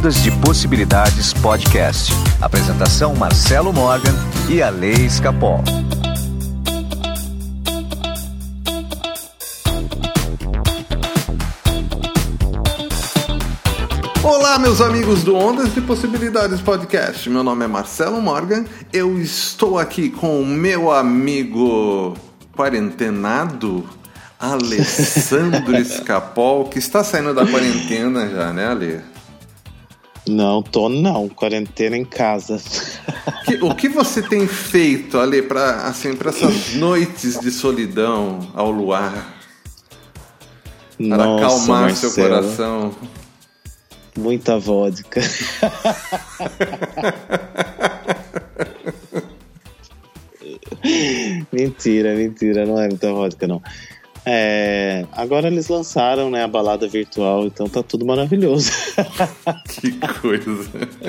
Ondas de Possibilidades Podcast. Apresentação Marcelo Morgan e Ale Escapol. Olá, meus amigos do Ondas de Possibilidades Podcast. Meu nome é Marcelo Morgan. Eu estou aqui com o meu amigo quarentenado, Alessandro Escapol, que está saindo da quarentena já, né, Ale? Não, quarentena em casa. O que você tem feito, Ale, para essas noites de solidão ao luar? Para acalmar Marcelo, seu coração? Muita vodka. Mentira, não é muita vodka, não. Agora eles lançaram, né, a balada virtual, então tá tudo maravilhoso. Que coisa.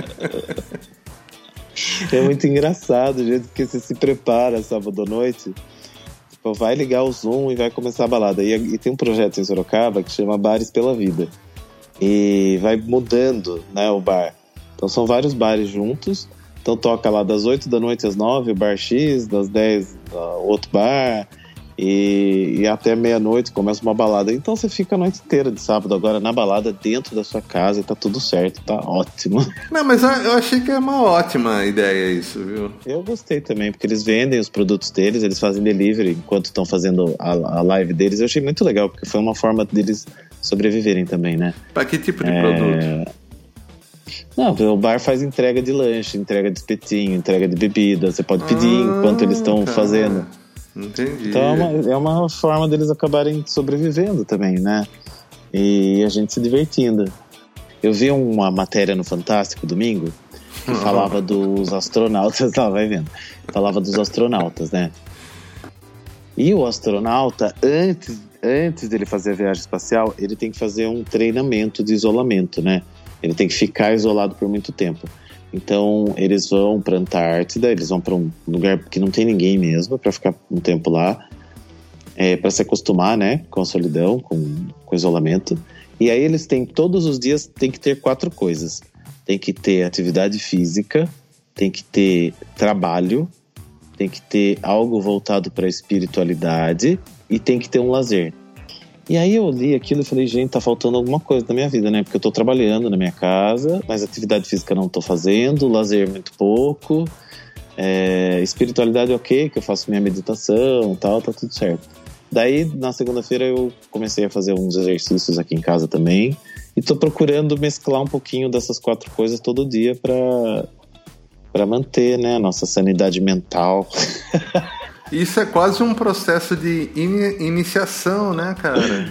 É muito engraçado o jeito que você se prepara sábado à noite. Tipo, vai ligar o Zoom e vai começar a balada. E tem um projeto em Sorocaba que chama Bares pela Vida. E vai mudando, né, o bar. Então são vários bares juntos. Então toca lá das 8 da noite às 9 o bar X, das 10 outro bar, e até meia-noite começa uma balada. Então você fica a noite inteira de sábado agora na balada dentro da sua casa e tá tudo certo, tá ótimo. Não, mas eu achei que é uma ótima ideia isso, viu? Eu gostei também, porque eles vendem os produtos deles, eles fazem delivery enquanto estão fazendo a live deles. Eu achei muito legal, porque foi uma forma deles sobreviverem também, né? Pra que tipo de produto? Não, o bar faz entrega de lanche, entrega de espetinho, entrega de bebida. Você pode pedir enquanto eles estão fazendo. Entendi. Então é uma forma deles acabarem sobrevivendo também, né? E a gente se divertindo. Eu vi uma matéria no Fantástico domingo que falava dos astronautas. Vai vendo. Falava dos astronautas, né? E o astronauta, antes dele fazer a viagem espacial, ele tem que fazer um treinamento de isolamento, né? Ele tem que ficar isolado por muito tempo. Então, eles vão para a Antártida, eles vão para um lugar que não tem ninguém mesmo, para ficar um tempo lá, para se acostumar, né, com a solidão, com o isolamento. E aí eles têm, todos os dias, tem que ter 4 coisas. Tem que ter atividade física, tem que ter trabalho, tem que ter algo voltado para a espiritualidade e tem que ter um lazer. E aí eu li aquilo e falei, gente, tá faltando alguma coisa na minha vida, né? Porque eu tô trabalhando na minha casa, mas atividade física não tô fazendo, lazer muito pouco, espiritualidade ok, que eu faço minha meditação e tal, tá tudo certo. Daí, na segunda-feira, eu comecei a fazer uns exercícios aqui em casa também e tô procurando mesclar um pouquinho dessas 4 coisas todo dia pra manter, né, a nossa sanidade mental. Isso é quase um processo de iniciação, né, cara?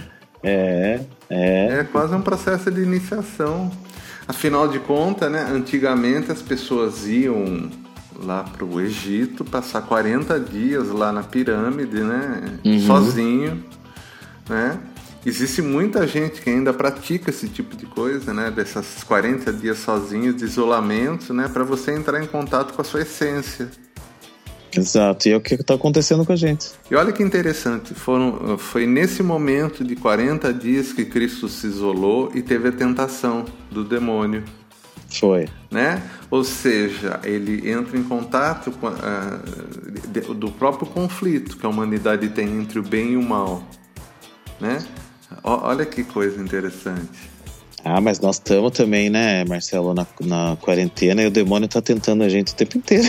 É quase um processo de iniciação. Afinal de contas, né, antigamente as pessoas iam lá pro Egito passar 40 dias lá na pirâmide, né, sozinho, né? Existe muita gente que ainda pratica esse tipo de coisa, né, dessas 40 dias sozinhos de isolamento, né, para você entrar em contato com a sua essência. Exato, e é o que está acontecendo com a gente. E olha que interessante, foi nesse momento de 40 dias que Cristo se isolou e teve a tentação do demônio. Foi. Né? Ou seja, ele entra em contato com do próprio conflito que a humanidade tem entre o bem e o mal. Né? Olha que coisa interessante. Mas nós estamos também, né, Marcelo, na quarentena e o demônio tá tentando a gente o tempo inteiro.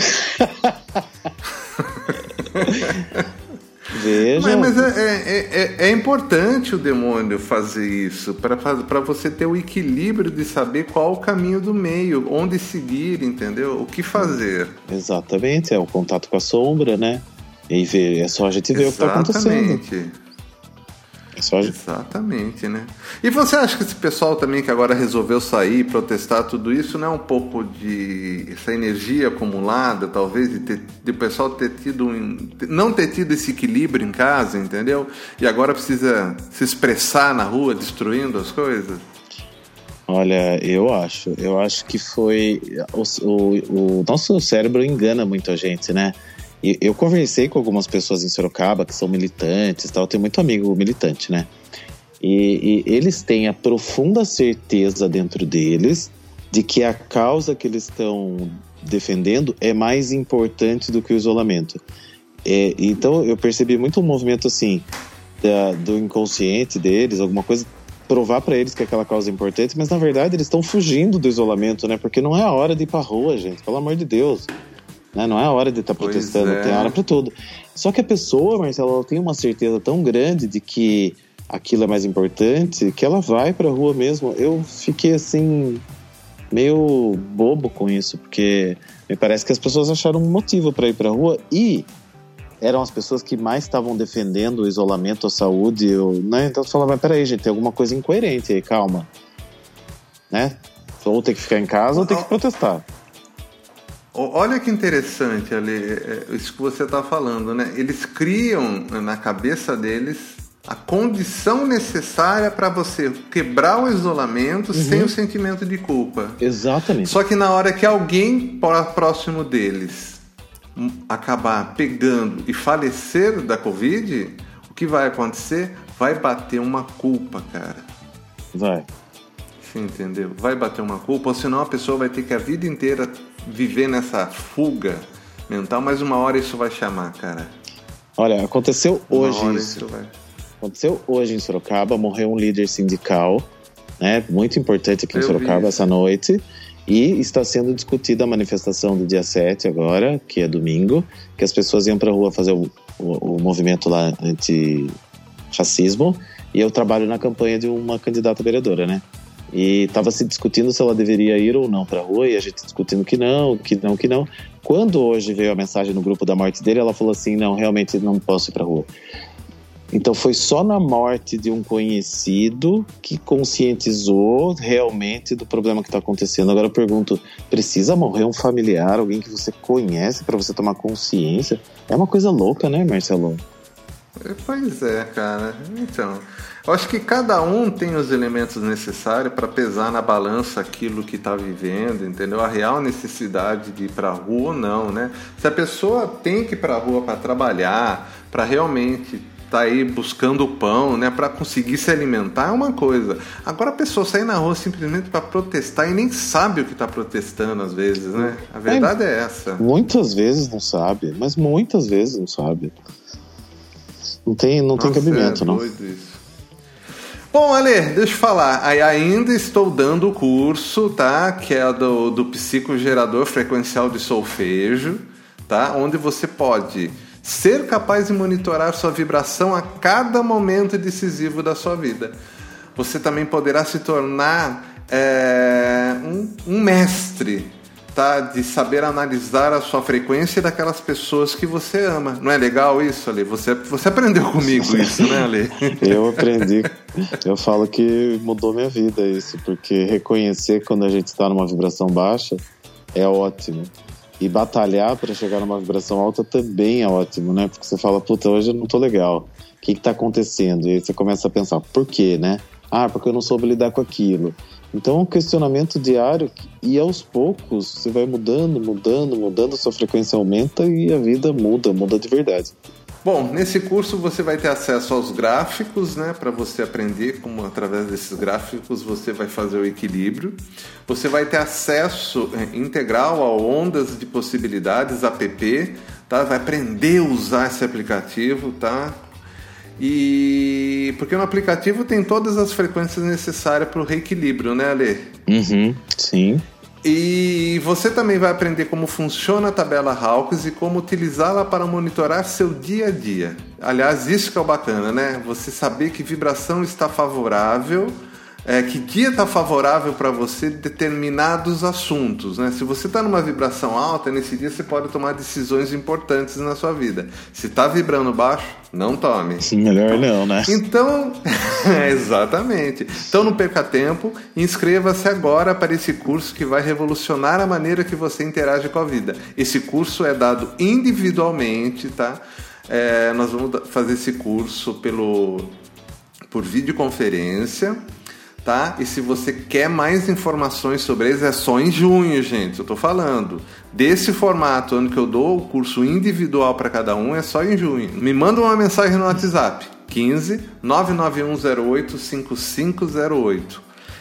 Veja. Mas é importante o demônio fazer isso para você ter o equilíbrio de saber qual o caminho do meio, onde seguir, entendeu? O que fazer. Exatamente, é o contato com a sombra, né? E é só a gente ver o que está acontecendo. Exatamente, né? E você acha que esse pessoal também que agora resolveu sair, protestar, tudo isso, não é um pouco de essa energia acumulada, talvez, de o pessoal não ter tido esse equilíbrio em casa, entendeu? E agora precisa se expressar na rua, destruindo as coisas? Olha, eu acho que foi... O nosso cérebro engana muito a gente, né? Eu conversei com algumas pessoas em Sorocaba que são militantes, tal. Eu tenho muito amigo militante, né? E eles têm a profunda certeza dentro deles de que a causa que eles estão defendendo é mais importante do que o isolamento. Então eu percebi muito um movimento assim do inconsciente deles, alguma coisa, provar para eles que aquela causa é importante, mas na verdade eles estão fugindo do isolamento, né? Porque não é a hora de ir pra rua, gente, pelo amor de Deus, né? Não é a hora de estar protestando, tem hora para tudo. Só que a pessoa, Marcelo, ela tem uma certeza tão grande de que aquilo é mais importante que ela vai pra rua mesmo. Eu fiquei assim meio bobo com isso, porque me parece que as pessoas acharam um motivo para ir pra rua e eram as pessoas que mais estavam defendendo o isolamento, a saúde, né? Então você fala, mas peraí, gente, tem alguma coisa incoerente aí, calma, né? Ou tem que ficar em casa ou tem que protestar. Olha que interessante, Ale, isso que você está falando, né? Eles criam na cabeça deles a condição necessária para você quebrar o isolamento sem o sentimento de culpa. Exatamente. Só que na hora que alguém próximo deles acabar pegando e falecer da Covid, o que vai acontecer? Vai bater uma culpa, cara. Vai. Você entendeu? Vai bater uma culpa, ou senão a pessoa vai ter que a vida inteira viver nessa fuga mental, mas uma hora isso vai chamar, cara. Olha, aconteceu hoje isso. Aconteceu hoje em Sorocaba, morreu um líder sindical, né, muito importante aqui em Sorocaba essa noite. E está sendo discutida a manifestação do dia 7 agora, que é domingo, que as pessoas iam para a rua fazer o movimento lá anti-racismo, e eu trabalho na campanha de uma candidata vereadora, né? E estava se discutindo se ela deveria ir ou não para a rua, e a gente discutindo que não. Quando hoje veio a mensagem no grupo da morte dele, ela falou assim, não, realmente não posso ir para a rua. Então foi só na morte de um conhecido que conscientizou realmente do problema que está acontecendo. Agora eu pergunto, precisa morrer um familiar, alguém que você conhece para você tomar consciência? É uma coisa louca, né, Marcelo? Pois é, cara. Então, eu acho que cada um tem os elementos necessários para pesar na balança aquilo que está vivendo, entendeu? A real necessidade de ir para a rua ou não, né? Se a pessoa tem que ir para a rua para trabalhar, para realmente tá aí buscando o pão, né, para conseguir se alimentar é uma coisa. Agora a pessoa sair na rua simplesmente para protestar e nem sabe o que tá protestando às vezes, né? A verdade é essa. Muitas vezes não sabe, mas muitas vezes não sabe. Não tem cabimento, não. Doido isso. Bom, Ale, deixa eu falar. Ainda estou dando o curso, tá? Que é do psicogerador frequencial de solfejo, tá? Onde você pode ser capaz de monitorar sua vibração a cada momento decisivo da sua vida. Você também poderá se tornar um mestre, tá? De saber analisar a sua frequência daquelas pessoas que você ama. Não é legal isso, Ale? Você aprendeu comigo isso, né, Ale? Eu aprendi. Eu falo que mudou minha vida isso, porque reconhecer quando a gente está numa vibração baixa é ótimo. E batalhar para chegar numa vibração alta também é ótimo, né? Porque você fala, puta, hoje eu não tô legal. O que tá acontecendo? E aí você começa a pensar, por quê, né? Porque eu não soube lidar com aquilo. Então é um questionamento diário e aos poucos você vai mudando, sua frequência aumenta e a vida muda de verdade. Bom, nesse curso você vai ter acesso aos gráficos, né, para você aprender como através desses gráficos você vai fazer o equilíbrio. Você vai ter acesso integral a Ondas de Possibilidades, app, tá? Vai aprender a usar esse aplicativo, tá? E porque no aplicativo tem todas as frequências necessárias para o reequilíbrio, né, Ale? Sim. E você também vai aprender como funciona a tabela Hawkins e como utilizá-la para monitorar seu dia a dia. Aliás, isso que é o bacana, né? Você saber que vibração está favorável, que dia está favorável para você determinados assuntos, né? Se você está numa vibração alta, nesse dia você pode tomar decisões importantes na sua vida. Se está vibrando baixo, não tome. Melhor não, né? Então, exatamente. Então não perca tempo, inscreva-se agora para esse curso que vai revolucionar a maneira que você interage com a vida. Esse curso é dado individualmente, tá? Nós vamos fazer esse curso por videoconferência, tá? E se você quer mais informações sobre eles, é só em junho, gente. Eu tô falando desse formato, onde que eu dou o curso individual para cada um, é só em junho. Me manda uma mensagem no WhatsApp, 15 99108 5508.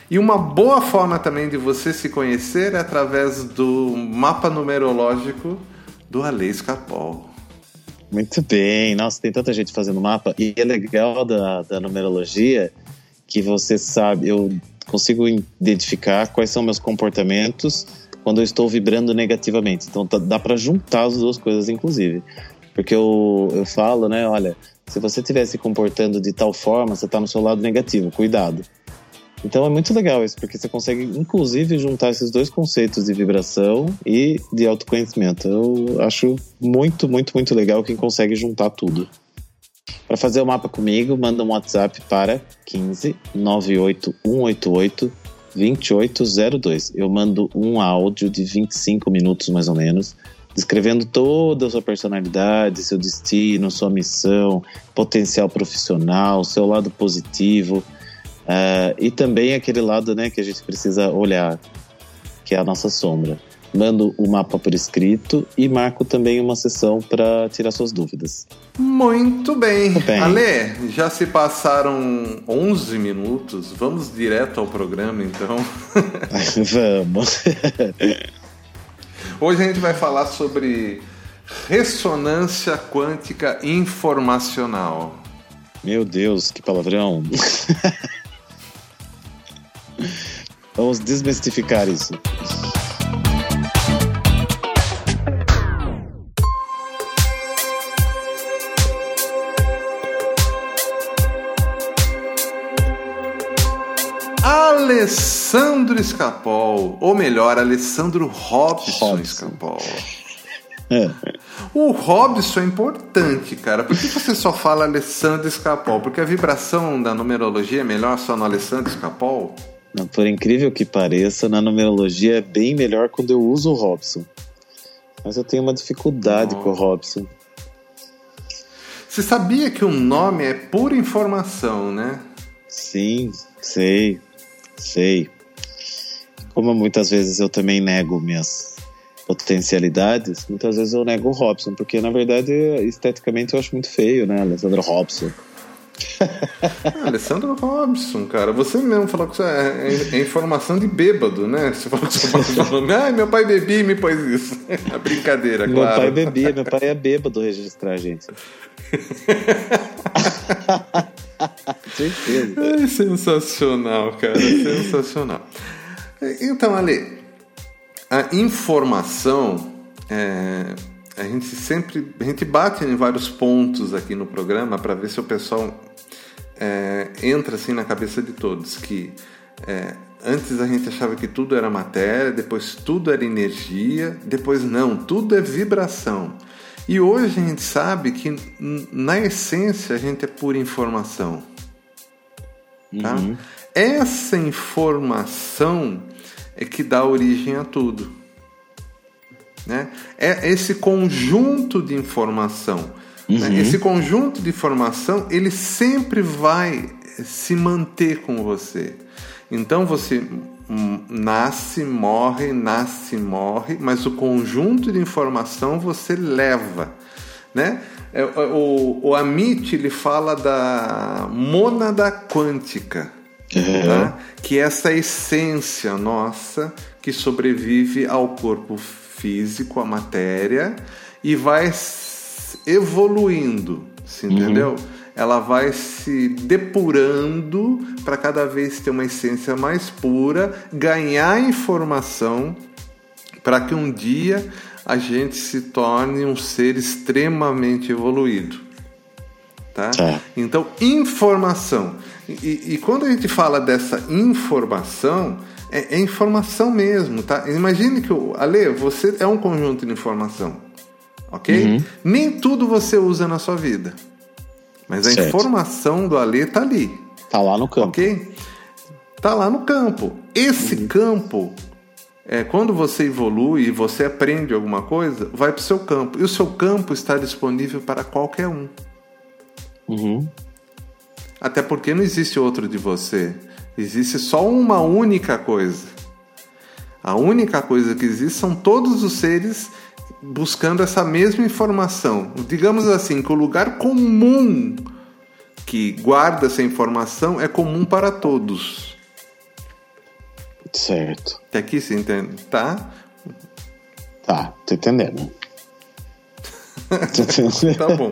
E uma boa forma também de você se conhecer é através do mapa numerológico do Ale Escapol. Muito bem. Nossa, tem tanta gente fazendo mapa. E é legal da numerologia que você sabe, eu consigo identificar quais são meus comportamentos quando eu estou vibrando negativamente. Então dá para juntar as duas coisas, inclusive. Porque eu falo, né, olha, se você estiver se comportando de tal forma, você está no seu lado negativo, cuidado. Então é muito legal isso, porque você consegue, inclusive, juntar esses dois conceitos de vibração e de autoconhecimento. Eu acho muito, muito, muito legal quem consegue juntar tudo. Para fazer o mapa comigo, manda um WhatsApp para 15 98 188 2802. Eu mando um áudio de 25 minutos, mais ou menos, descrevendo toda a sua personalidade, seu destino, sua missão, potencial profissional, seu lado positivo, e também aquele lado, né, que a gente precisa olhar, que é a nossa sombra. Mando o mapa por escrito e marco também uma sessão para tirar suas dúvidas. Muito bem. Ale, já se passaram 11 minutos. Vamos direto ao programa, então. Vamos. Hoje a gente vai falar sobre ressonância quântica informacional. Meu Deus, que palavrão. Vamos desmistificar isso. Alessandro Escapol, ou melhor, Alessandro Robson Escapol. O Robson é importante, cara. Por que você só fala Alessandro Escapol? Porque a vibração da numerologia é melhor só no Alessandro Escapol? Não, por incrível que pareça, na numerologia é bem melhor quando eu uso o Robson. Mas eu tenho uma dificuldade com o Robson. Você sabia que o nome é pura informação, né? Sim, sei. Como muitas vezes eu também nego minhas potencialidades, muitas vezes eu nego o Robson, porque na verdade esteticamente eu acho muito feio, né? Alessandro Robson. Alessandro Robson, cara, você mesmo falou que isso é informação de bêbado, né? Você falou que você falou, meu pai bebia e me pôs isso. É brincadeira, meu claro. Meu pai bebia, meu pai é bêbado registrar, gente. Certeza. Ai, sensacional, cara, sensacional. Então, Ale, a informação, a gente bate em vários pontos aqui no programa para ver se o pessoal entra assim na cabeça de todos, que antes a gente achava que tudo era matéria, depois tudo era energia, depois não, tudo é vibração. E hoje a gente sabe que na essência a gente é pura informação. Tá? Uhum. Essa informação é que dá origem a tudo, né? É esse conjunto de informação, né? Esse conjunto de informação, ele sempre vai se manter com você. Então você nasce, morre, mas o conjunto de informação você leva, né? O Amit, ele fala da mônada quântica, tá? Que é essa essência nossa que sobrevive ao corpo físico, à matéria, e vai evoluindo, você entendeu? Ela vai se depurando para cada vez ter uma essência mais pura, ganhar informação para que um dia a gente se torne um ser extremamente evoluído, tá? Então, informação. E quando a gente fala dessa informação, é informação mesmo, tá? Imagine que, Ale, você é um conjunto de informação, ok? Nem tudo você usa na sua vida, mas a informação do Ale tá ali. Tá lá no campo. Ok? Tá lá no campo. Esse campo... quando você evolui e você aprende alguma coisa, vai para o seu campo. E o seu campo está disponível para qualquer um. Até porque não existe outro de você. Existe só uma única coisa. A única coisa que existe são todos os seres buscando essa mesma informação. Digamos assim, que o lugar comum que guarda essa informação é comum para todos. Certo. Até aqui você entende, tá? Tá, tô entendendo. Tá bom.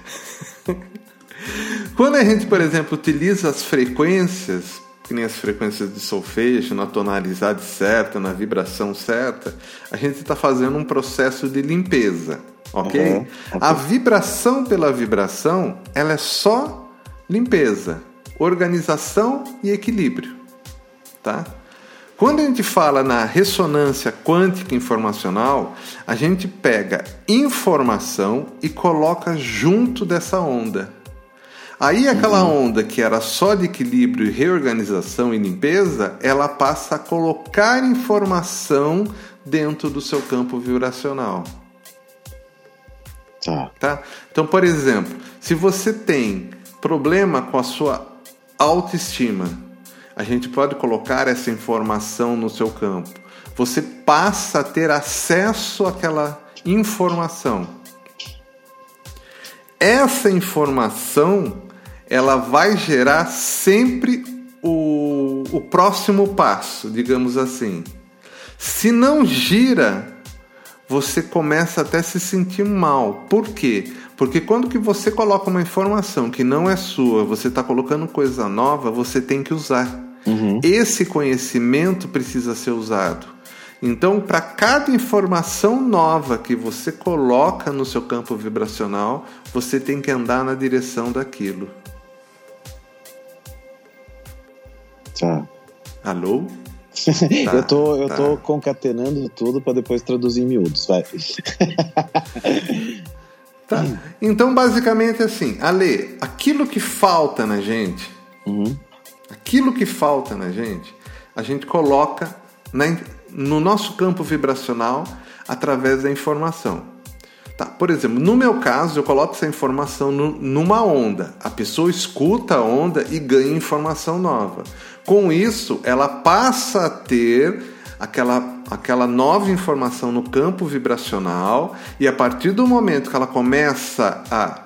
Quando a gente, por exemplo, utiliza as frequências, que nem as frequências de solfejo, na tonalidade certa, na vibração certa, a gente está fazendo um processo de limpeza, ok? A vibração pela vibração, ela é só limpeza, organização e equilíbrio, tá? Quando a gente fala na ressonância quântica informacional, a gente pega informação e coloca junto dessa onda. Aí aquela onda que era só de equilíbrio, reorganização e limpeza, ela passa a colocar informação dentro do seu campo vibracional. Tá? Então, por exemplo, se você tem problema com a sua autoestima, a gente pode colocar essa informação no seu campo. Você passa a ter acesso àquela informação. Essa informação, ela vai gerar sempre o próximo passo, digamos assim. Se não gira, você começa até a se sentir mal. Por quê? Porque quando que você coloca uma informação que não é sua, você está colocando coisa nova, você tem que usar. Esse conhecimento precisa ser usado. Então, para cada informação nova que você coloca no seu campo vibracional, você tem que andar na direção daquilo. Tá. Alô? Tá, eu tô concatenando tudo para depois traduzir em miúdos, vai. Tá. Então, basicamente assim, Ale, aquilo que falta na gente, a gente coloca no nosso campo vibracional através da informação. Tá? Por exemplo, no meu caso, eu coloco essa informação numa onda. A pessoa escuta a onda e ganha informação nova. Com isso, ela passa a ter aquela nova informação no campo vibracional, e a partir do momento que ela começa a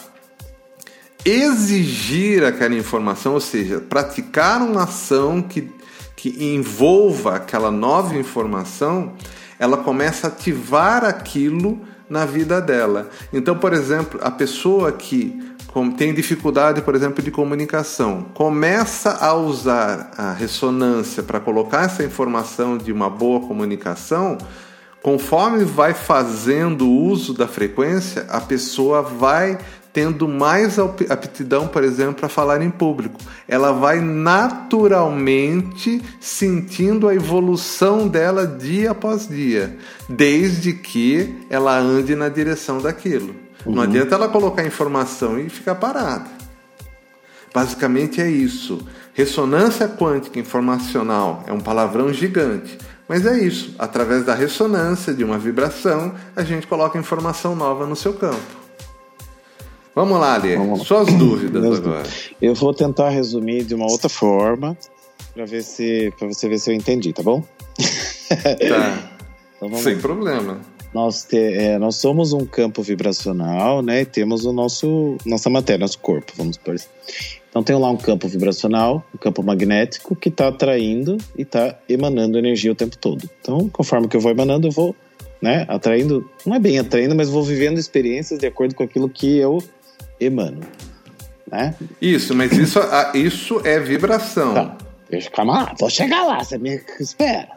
exigir aquela informação, ou seja, praticar uma ação que envolva aquela nova informação, ela começa a ativar aquilo na vida dela. Então, por exemplo, a pessoa que tem dificuldade, por exemplo, de comunicação, começa a usar a ressonância para colocar essa informação de uma boa comunicação. Conforme vai fazendo uso da frequência, a pessoa vai tendo mais aptidão, por exemplo, para falar em público. Ela vai naturalmente sentindo a evolução dela dia após dia, desde que ela ande na direção daquilo. Não adianta ela colocar informação e ficar parada. Basicamente é isso. Ressonância quântica informacional é um palavrão gigante, mas é isso. Através da ressonância de uma vibração, a gente coloca informação nova no seu campo. Vamos lá, Lê. Suas dúvidas agora. Eu vou tentar resumir de uma outra forma para você ver se eu entendi, tá bom? Tá. Então, sem problema. Nós somos um campo vibracional, né? E temos nossa matéria, nosso corpo, vamos por isso. Então tem lá um campo vibracional, um campo magnético que está atraindo e está emanando energia o tempo todo. Então, conforme que eu vou emanando, eu vou, né, atraindo, não é bem atraindo, mas vou vivendo experiências de acordo com aquilo que eu emano, né? Isso, mas isso é vibração. Tá. Calma lá, vou chegar lá, você me espera.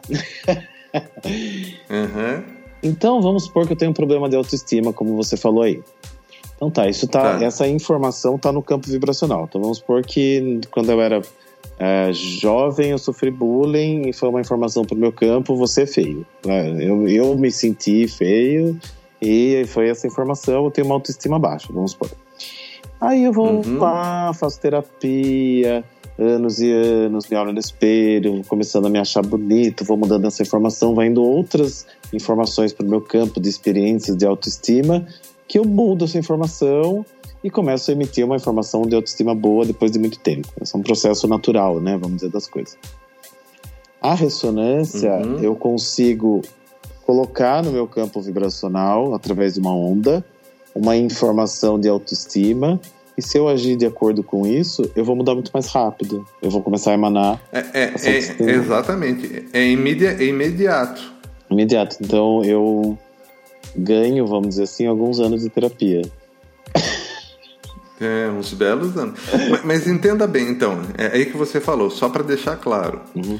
Então, vamos supor que eu tenho um problema de autoestima, como você falou aí. Então tá, essa informação está no campo vibracional. Então vamos supor que quando eu era jovem eu sofri bullying e foi uma informação para o meu campo, você é feio. Eu me senti feio e foi essa informação, eu tenho uma autoestima baixa, vamos supor. Aí eu vou lá, faço terapia, anos e anos, me olho no espelho, começando a me achar bonito, vou mudando essa informação, vai indo outras informações para o meu campo de experiências de autoestima, que eu mudo essa informação e começo a emitir uma informação de autoestima boa depois de muito tempo. Esse é um processo natural, né? Vamos dizer, das coisas. A ressonância, eu consigo colocar no meu campo vibracional, através de uma onda, uma informação de autoestima, e E se eu agir de acordo com isso, eu vou mudar muito mais rápido. Eu vou começar a emanar... Exatamente. É imediato. Imediato. Então, eu ganho, vamos dizer assim, alguns anos de terapia. Uns belos anos. Mas entenda bem, então. É aí que você falou, só para deixar claro. Uhum.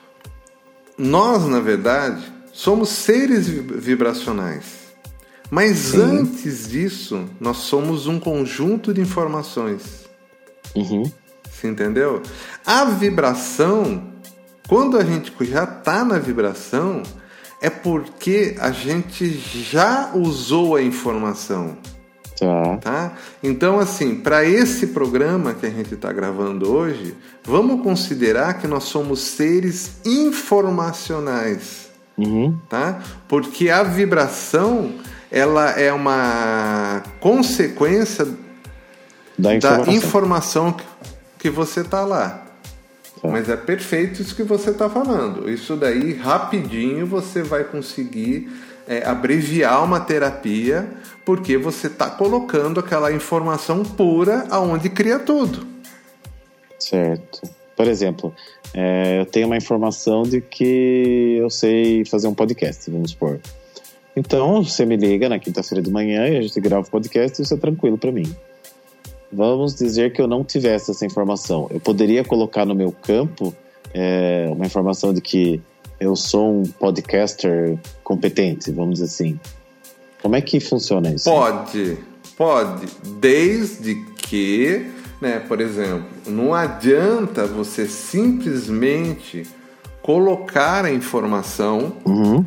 Nós, na verdade, somos seres vibracionais. Mas Sim. Antes disso, nós somos um conjunto de informações. Uhum. Você entendeu? A vibração, quando a gente já está na vibração, é porque a gente já usou a informação. Tá? Então, assim, para esse programa que a gente está gravando hoje, vamos considerar que nós somos seres informacionais. Uhum. Tá? Porque a vibração... ela é uma consequência da informação que você está lá. Mas é perfeito isso que você está falando. Isso daí, rapidinho, você vai conseguir abreviar uma terapia, porque você está colocando aquela informação pura aonde cria tudo. Certo. Por exemplo, eu tenho uma informação de que eu sei fazer um podcast, vamos supor. Então, você me liga na quinta-feira de manhã e a gente grava o podcast e isso é tranquilo para mim. Vamos dizer que eu não tivesse essa informação. Eu poderia colocar no meu campo uma informação de que eu sou um podcaster competente, vamos dizer assim. Como é que funciona isso? Pode. Desde que, por exemplo, não adianta você simplesmente colocar a informação... Uhum.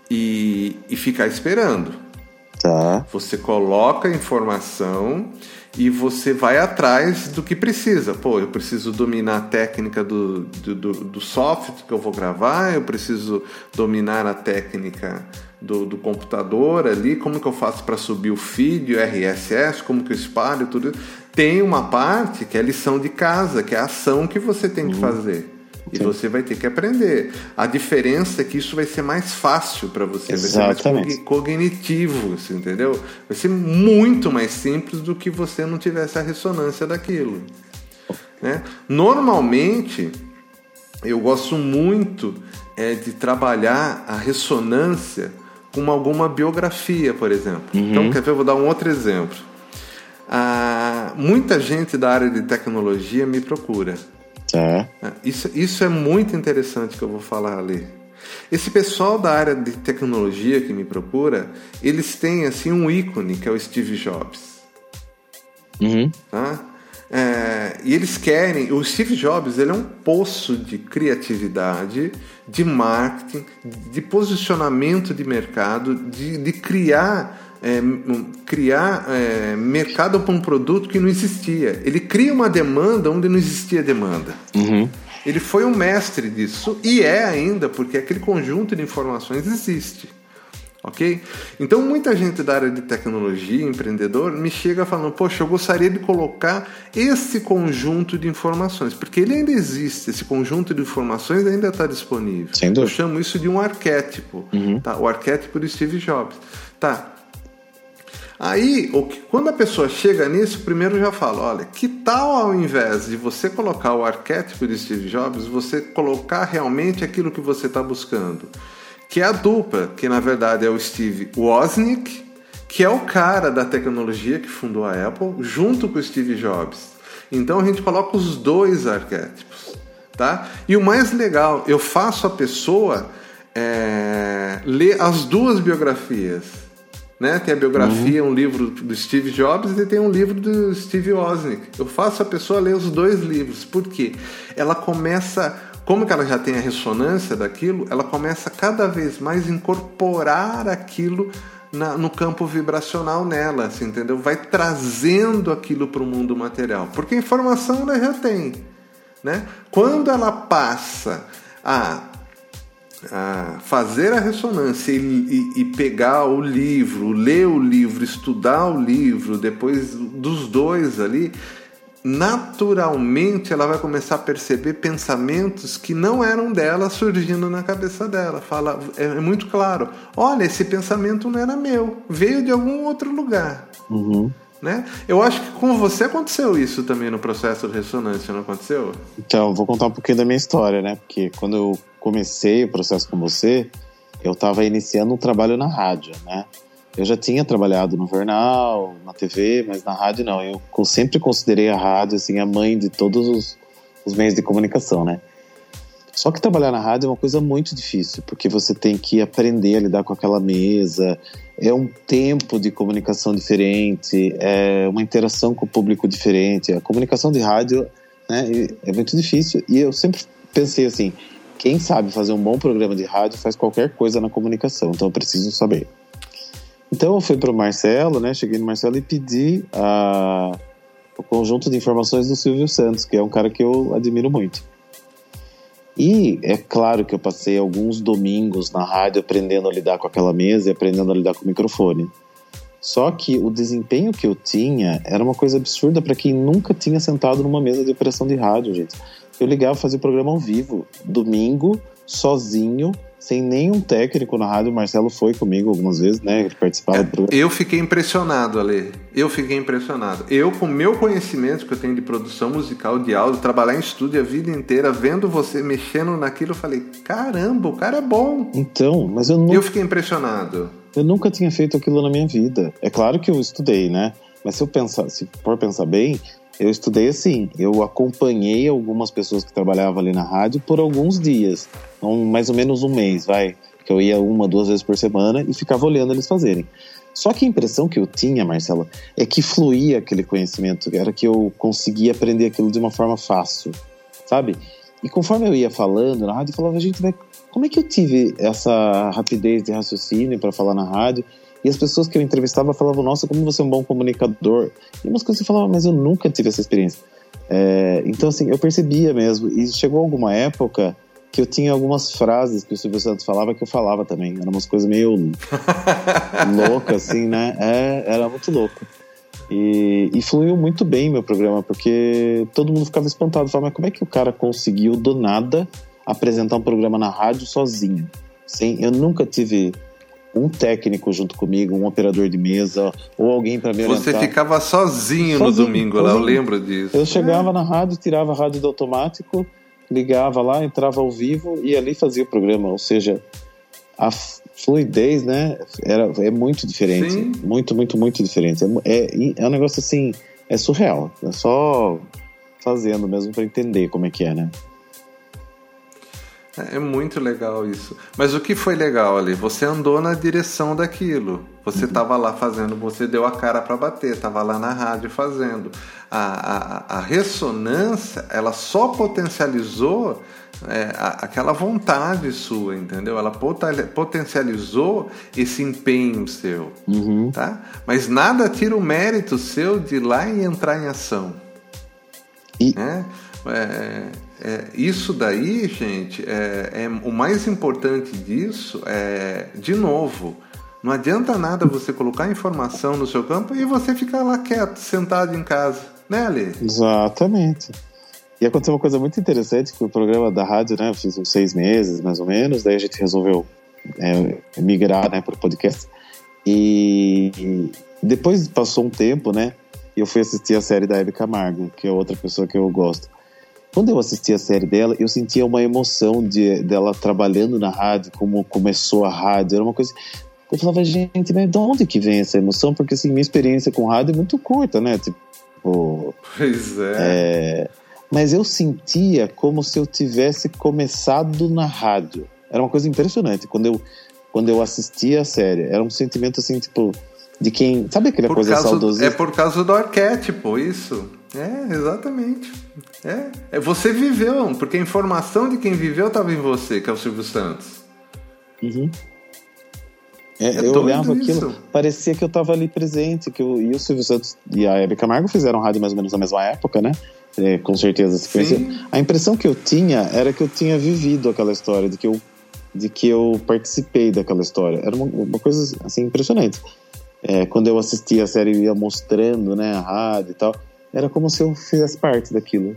E ficar esperando. Tá. Você coloca a informação e você vai atrás do que precisa. Pô, eu preciso dominar a técnica do software que eu vou gravar, eu preciso dominar a técnica do computador ali, como que eu faço para subir o feed, o RSS, como que eu espalho, tudo isso. Tem uma parte que é lição de casa, que é a ação que você tem que fazer. E Sim. Você vai ter que aprender. A diferença é que isso vai ser mais fácil para você. Exatamente. Vai ser mais cognitivo, você entendeu? Vai ser muito mais simples do que você não tivesse a ressonância daquilo. Né? Normalmente, eu gosto muito de trabalhar a ressonância com alguma biografia, por exemplo. Uhum. Então, quer ver? Eu vou dar um outro exemplo. Muita gente da área de tecnologia me procura. Isso é muito interessante que eu vou falar ali. Esse pessoal da área de tecnologia que me procura, eles têm assim um ícone que é o Steve Jobs. Uhum. Tá? E eles querem... O Steve Jobs, ele é um poço de criatividade, de marketing, de posicionamento de mercado, de criar mercado para um produto que não existia. Ele cria uma demanda onde não existia demanda. Uhum. Ele foi um mestre disso e é ainda, porque aquele conjunto de informações existe. Ok? Então muita gente da área de tecnologia, empreendedor, me chega falando, poxa, eu gostaria de colocar esse conjunto de informações, porque ele ainda existe, esse conjunto de informações ainda está disponível. Sem dúvida. Eu chamo isso de um arquétipo. Uhum. Tá? O arquétipo do Steve Jobs. Tá. Aí, quando a pessoa chega nisso, primeiro eu já falo, olha, que tal ao invés de você colocar o arquétipo de Steve Jobs, você colocar realmente aquilo que você está buscando? Que é a dupla, que na verdade é o Steve Wozniak, que é o cara da tecnologia que fundou a Apple, junto com o Steve Jobs. Então a gente coloca os dois arquétipos, tá? E o mais legal, eu faço a pessoa ler as duas biografias. Né? Tem a biografia, um livro do Steve Jobs e tem um livro do Steve Wozniak. Eu faço a pessoa ler os dois livros. Por quê? Ela começa, como que ela já tem a ressonância daquilo, ela começa cada vez mais a incorporar aquilo no campo vibracional nela, assim, entendeu? Vai trazendo aquilo para o mundo material. Porque a informação ela já tem. Né? Quando ela passa a fazer a ressonância e pegar o livro, ler o livro, estudar o livro, depois dos dois ali, naturalmente ela vai começar a perceber pensamentos que não eram dela surgindo na cabeça dela. É muito claro, olha, esse pensamento não era meu, veio de algum outro lugar. Uhum. né? Eu acho que com você aconteceu isso também no processo de ressonância, não aconteceu? Então, eu vou contar um pouquinho da minha história, né? Porque quando eu comecei o processo com você, eu estava iniciando um trabalho na rádio, né? Eu já tinha trabalhado no jornal, na TV, mas na rádio não. Eu sempre considerei a rádio assim, a mãe de todos os meios de comunicação, né? Só que trabalhar na rádio é uma coisa muito difícil, porque você tem que aprender a lidar com aquela mesa, é um tempo de comunicação diferente, é uma interação com o público diferente. A comunicação de rádio, né, é muito difícil. E eu sempre pensei assim, quem sabe fazer um bom programa de rádio faz qualquer coisa na comunicação, então eu preciso saber. Então eu fui para o Marcelo, né? Cheguei no Marcelo e pedi o conjunto de informações do Silvio Santos, que é um cara que eu admiro muito. E é claro que eu passei alguns domingos na rádio aprendendo a lidar com aquela mesa e aprendendo a lidar com o microfone. Só que o desempenho que eu tinha era uma coisa absurda para quem nunca tinha sentado numa mesa de operação de rádio, gente. Eu ligava, fazia o programa ao vivo, domingo, sozinho, sem nenhum técnico na rádio. O Marcelo foi comigo algumas vezes, né? Ele participava do programa. Eu fiquei impressionado, Ale. Eu fiquei impressionado. Eu, com o meu conhecimento que eu tenho de produção musical, de áudio, trabalhar em estúdio a vida inteira, vendo você mexendo naquilo, eu falei, caramba, o cara é bom. Então, mas eu fiquei impressionado. Eu nunca tinha feito aquilo na minha vida. É claro que eu estudei, né? Mas se for pensar bem, eu estudei assim. Eu acompanhei algumas pessoas que trabalhavam ali na rádio por alguns dias. Mais ou menos um mês, vai. Que eu ia 1, 2 vezes por semana e ficava olhando eles fazerem. Só que a impressão que eu tinha, Marcelo, é que fluía aquele conhecimento. Era que eu conseguia aprender aquilo de uma forma fácil, sabe? E conforme eu ia falando na rádio, eu falava, gente, mas como é que eu tive essa rapidez de raciocínio para falar na rádio? E as pessoas que eu entrevistava falavam, nossa, como você é um bom comunicador. E umas coisas eu falava, mas eu nunca tive essa experiência. Então, assim, eu percebia mesmo. E chegou alguma época que eu tinha algumas frases que o Silvio Santos falava que eu falava também. Eram umas coisas meio loucas, assim, né? Era muito louco. E fluiu muito bem meu programa, porque todo mundo ficava espantado. Falava, mas como é que o cara conseguiu, do nada, apresentar um programa na rádio sozinho? Eu nunca tive um técnico junto comigo, um operador de mesa, ou alguém para me orientar. Você ficava sozinho no domingo lá, eu lembro disso. Eu chegava na rádio, tirava a rádio do automático, ligava lá, entrava ao vivo e ali fazia o programa. Ou seja, a fluidez, né, é muito diferente. Sim. Muito, muito, muito diferente. É um negócio assim, é surreal. É só fazendo mesmo para entender como é que é, né? É muito legal isso. Mas o que foi legal ali? Você andou na direção daquilo. Você estava lá fazendo, você deu a cara para bater, estava lá na rádio fazendo. A ressonância, ela só potencializou aquela vontade sua, entendeu? Ela potencializou esse empenho seu, tá? Mas nada tira o mérito seu de ir lá e entrar em ação. Isso daí, gente, o mais importante disso de novo, não adianta nada você colocar informação no seu campo e você ficar lá quieto, sentado em casa, né, Ale? Exatamente. E aconteceu uma coisa muito interessante, que o programa da rádio, né, eu fiz uns 6 meses, mais ou menos, daí a gente resolveu migrar, né, para o podcast. E depois passou um tempo, né, e eu fui assistir a série da Hebe Camargo, que é outra pessoa que eu gosto. Quando eu assisti a série dela, eu sentia uma emoção dela trabalhando na rádio, como começou a rádio. Era uma coisa... Eu falava, gente, mas de onde que vem essa emoção? Porque, assim, minha experiência com rádio é muito curta, né? Tipo... Pois é. Mas eu sentia como se eu tivesse começado na rádio. Era uma coisa impressionante. Quando eu assistia a série, era um sentimento, assim, tipo... De quem... Sabe aquela coisa saudosista? É por causa do arquétipo, isso. Exatamente. Você viveu, porque a informação de quem viveu estava em você, que é o Silvio Santos. Eu olhava aquilo, parecia que eu estava ali presente, e o Silvio Santos e a Hebe Camargo fizeram rádio mais ou menos na mesma época, né? Com certeza se conheciam. A impressão que eu tinha era que eu tinha vivido aquela história, de que eu participei daquela história. Era uma coisa assim impressionante. Quando eu assistia a série, ia mostrando, né, a rádio e tal, era como se eu fizesse parte daquilo.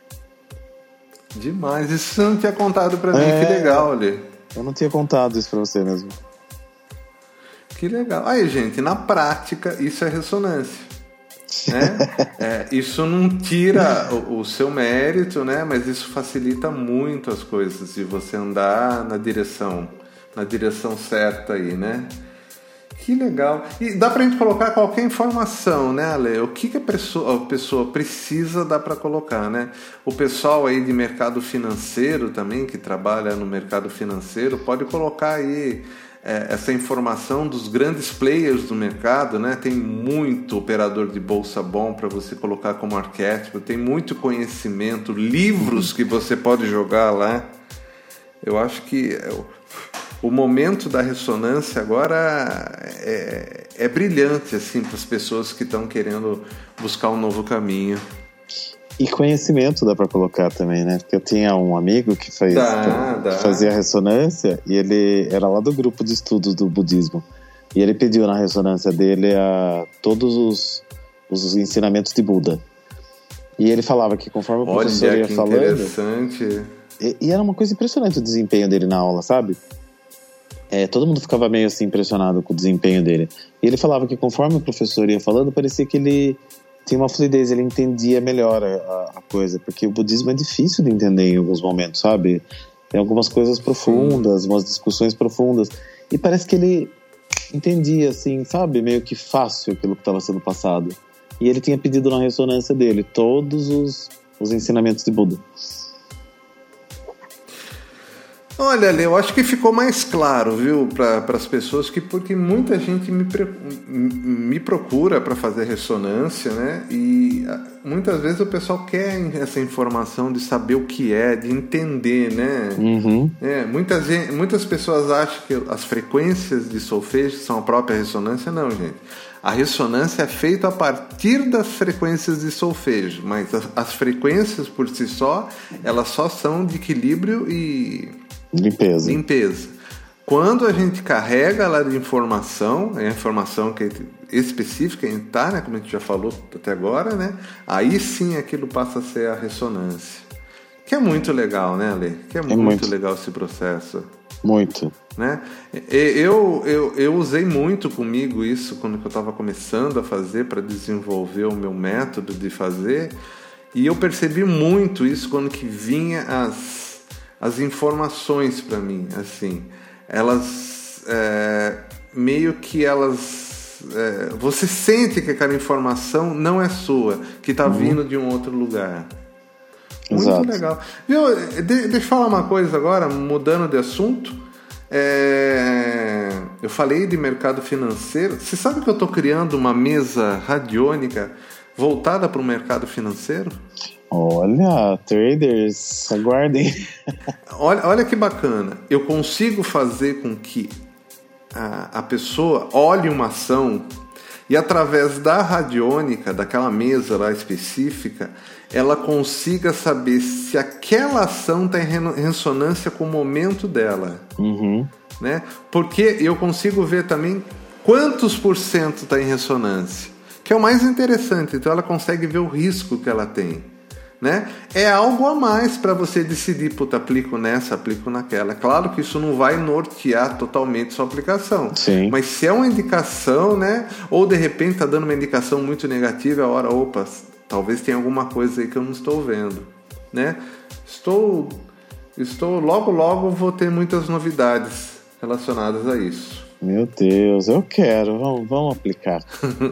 Demais, isso você não tinha contado pra mim, que legal, Ali. Eu não tinha contado isso pra você mesmo. Que legal. Aí, gente, na prática, isso é ressonância. né? Isso não tira o seu mérito, né? Mas isso facilita muito as coisas e você andar na direção certa aí, né? Que legal. E dá pra gente colocar qualquer informação, né, Ale? O que a pessoa precisa, dá pra colocar, né? O pessoal aí de mercado financeiro também, que trabalha no mercado financeiro, pode colocar aí essa informação dos grandes players do mercado, né? Tem muito operador de bolsa bom para você colocar como arquétipo, tem muito conhecimento, livros que você pode jogar lá. Eu acho que o momento da ressonância agora é brilhante assim, para as pessoas que estão querendo buscar um novo caminho. E conhecimento dá para colocar também, né? Porque eu tinha um amigo que fazia ressonância e ele era lá do grupo de estudos do budismo. E ele pediu na ressonância dele todos os ensinamentos de Buda. E ele falava que conforme o professor ia falando... Interessante. E era uma coisa impressionante o desempenho dele na aula, sabe? Todo mundo ficava meio assim impressionado com o desempenho dele. E ele falava que conforme o professor ia falando, parecia que ele tinha uma fluidez, ele entendia melhor a coisa, porque o budismo é difícil de entender em alguns momentos, sabe? Tem algumas coisas profundas, umas discussões profundas, e parece que ele entendia, assim, sabe? Meio que fácil aquilo que estava sendo passado. E ele tinha pedido na ressonância dele todos os ensinamentos de Buda. Olha, Ale, eu acho que ficou mais claro, viu, para as pessoas, porque muita gente me procura para fazer ressonância, né? E muitas vezes o pessoal quer essa informação de saber o que é, de entender, né? Uhum. Muitas pessoas acham que as frequências de solfejo são a própria ressonância. Não, gente. A ressonância é feita a partir das frequências de solfejo, mas as frequências por si só, elas só são de equilíbrio e limpeza. Quando a gente carrega lá de informação, a informação que é específica, né, como a gente já falou até agora, né, aí sim aquilo passa a ser a ressonância. Que é muito legal, né, Ale? Que é muito legal esse processo. Muito. Né? Eu usei muito comigo isso quando eu estava começando a fazer, para desenvolver o meu método de fazer, e eu percebi muito isso quando que vinha as informações para mim, assim, elas meio que você sente que aquela informação não é sua, que está vindo de um outro lugar. Muito Exato. Legal. Viu, deixa eu falar uma coisa agora, mudando de assunto. Eu falei de mercado financeiro. Você sabe que eu estou criando uma mesa radiônica voltada para o mercado financeiro? Olha, traders, aguardem. Olha que bacana. Eu consigo fazer com que a pessoa olhe uma ação e, através da radiônica, daquela mesa lá específica, ela consiga saber se aquela ação está em ressonância com o momento dela. Uhum. Né? Porque eu consigo ver também quantos por cento está em ressonância, que é o mais interessante. Então ela consegue ver o risco que ela tem. Né? É algo a mais para você decidir, aplico nessa, aplico naquela. Claro que isso não vai nortear totalmente sua aplicação. Sim. Mas se é uma indicação, né? Ou de repente está dando uma indicação muito negativa, talvez tenha alguma coisa aí que eu não estou vendo, né? Estou logo vou ter muitas novidades relacionadas a isso. Meu Deus, eu quero, vamos aplicar.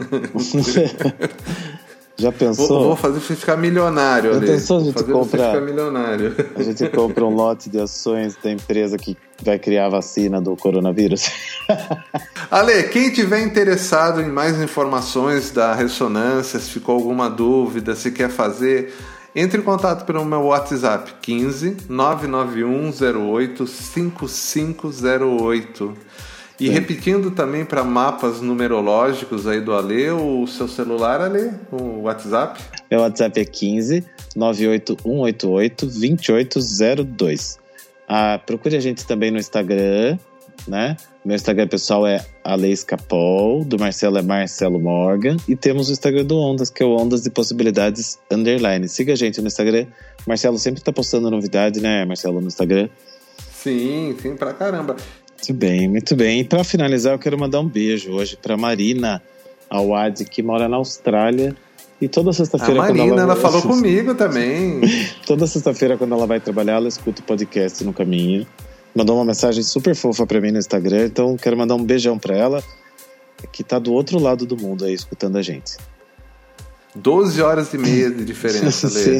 Já pensou? Vou fazer você ficar milionário. Já pensou a gente ficar milionário? A gente compra um lote de ações da empresa que vai criar a vacina do coronavírus. Ale, quem tiver interessado em mais informações da ressonância, se ficou alguma dúvida, se quer fazer, entre em contato pelo meu WhatsApp 15 991 08 5508. E sim, repetindo também para mapas numerológicos aí do Ale, o seu celular, Ale, o WhatsApp? Meu WhatsApp é 15 98188 2802. Procure a gente também no Instagram, né? Meu Instagram pessoal é Ale Escapol, do Marcelo é Marcelo Morgan, e temos o Instagram do Ondas, que é o Ondas de Possibilidades _. Siga a gente no Instagram. Marcelo sempre tá postando novidade, né, Marcelo, no Instagram? Sim, pra caramba. Muito bem. E para finalizar, eu quero mandar um beijo hoje para Marina Awad, que mora na Austrália E toda sexta-feira... A Marina, ela falou comigo também. Toda sexta-feira, quando ela vai trabalhar, ela escuta o podcast no caminho. Mandou uma mensagem super fofa pra mim no Instagram. Então, quero mandar um beijão pra ela, que tá do outro lado do mundo aí, escutando a gente. 12 horas e meia de diferença, Lê.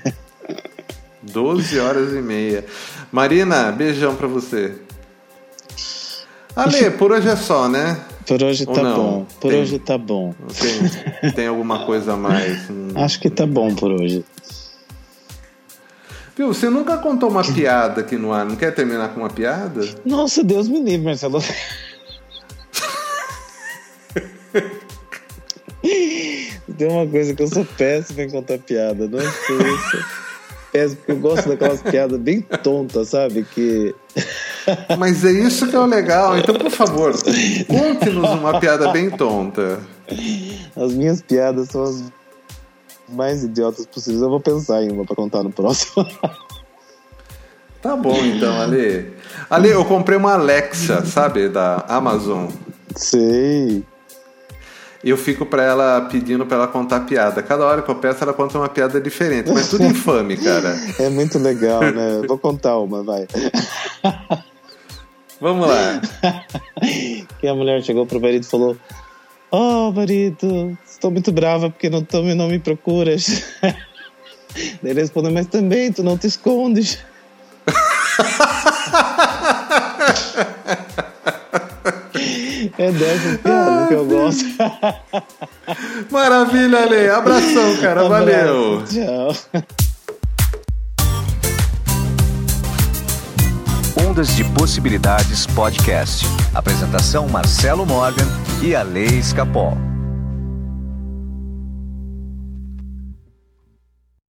12 horas e meia. Marina, beijão pra você. Ale, por hoje é só, né? Por hoje tá bom. Hoje tá bom. Tem alguma coisa a mais? Acho que tá bom por hoje. Viu, você nunca contou uma piada aqui no ar. Não quer terminar com uma piada? Nossa, Deus me livre, Marcelo. Tem uma coisa que eu sou péssimo em contar piada. Não é isso. Péssimo, porque eu gosto daquelas piadas bem tontas, sabe? Que... Mas é isso que é o legal. Então, por favor, conte-nos uma piada bem tonta. As minhas piadas são as mais idiotas possíveis. Eu vou pensar em uma pra contar no próximo. Tá bom, então, Ale. Ale, eu comprei uma Alexa, sabe? Da Amazon. Sei. E eu fico pra ela pedindo pra ela contar piada. Cada hora que eu peço, ela conta uma piada diferente. Mas tudo infame, cara. É muito legal, né? Vou contar uma, vai. Vamos lá. Que a mulher chegou pro marido e falou: "Oh, marido, estou muito brava porque não me procuras." Daí ele respondeu: "Mas também tu não te escondes." É dessa piada que eu gosto. Maravilha, Ale. Abração, cara. Abraço. Valeu. Tchau. Ondas de Possibilidades Podcast. Apresentação Marcelo Morgan e Ale Escapol.